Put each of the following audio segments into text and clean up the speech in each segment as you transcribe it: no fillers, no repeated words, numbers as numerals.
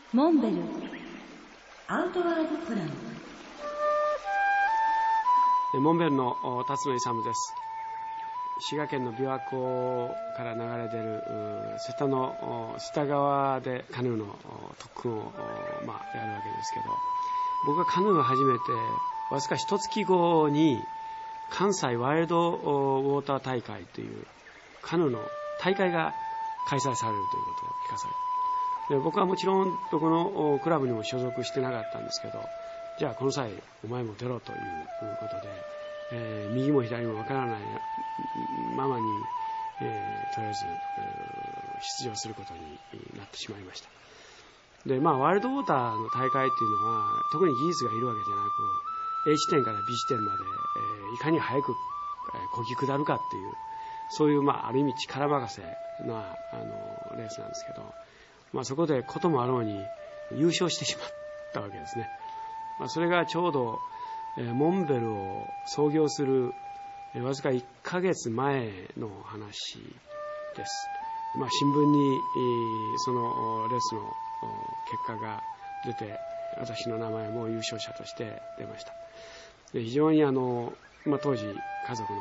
モンベルアウトワードプラン。 モンベルの辰野勇です。滋賀県の琵琶湖から流れ出る瀬田の瀬田川でカヌーの特訓を、やるわけですけど、僕がカヌーを始めてわずか一月後に関西ワイルドウォーター大会というカヌーの大会が開催されるということを聞かされて、で僕はもちろんどこのクラブにも所属してなかったんですけど、じゃあこの際お前も出ろということで、右も左もわからないままに、とりあえず出場することになってしまいました。で、ワイルドウォーターの大会っていうのは特に技術がいるわけじゃなく、A 地点から B 地点まで、いかに早く漕ぎ下るかっていう、そういうある意味力任せなレースなんですけど、そこでこともあろうに優勝してしまったわけですね。それがちょうどモンベルを創業するわずか1ヶ月前の話です。新聞にそのレースの結果が出て、私の名前も優勝者として出ました。で非常に当時家族のみんなも喜んでくれました。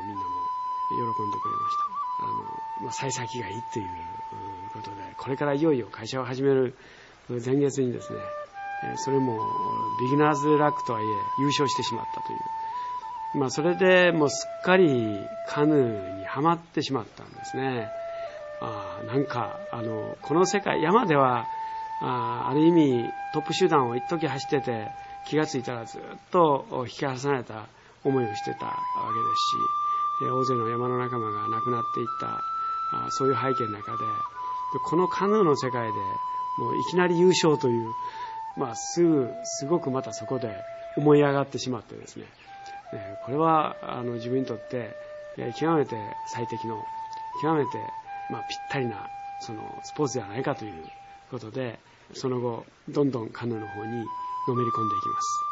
幸先がいいということで、これからいよいよ会社を始める前月にですね、それもビギナーズラックとはいえ優勝してしまったという、それでもうすっかりカヌーにはまってしまったんですね。なんかこの世界、山ではある意味トップ集団を一時走ってて、気がついたらずっと引き離された思いをしてたわけですし、大勢の山の仲間が亡くなっていった、そういう背景の中で、このカヌーの世界でもういきなり優勝という、すごくまたそこで思い上がってしまってですね、これは自分にとって極めて最適の、極めてぴったりなそのスポーツではないかということで、その後どんどんカヌーの方にのめり込んでいきます。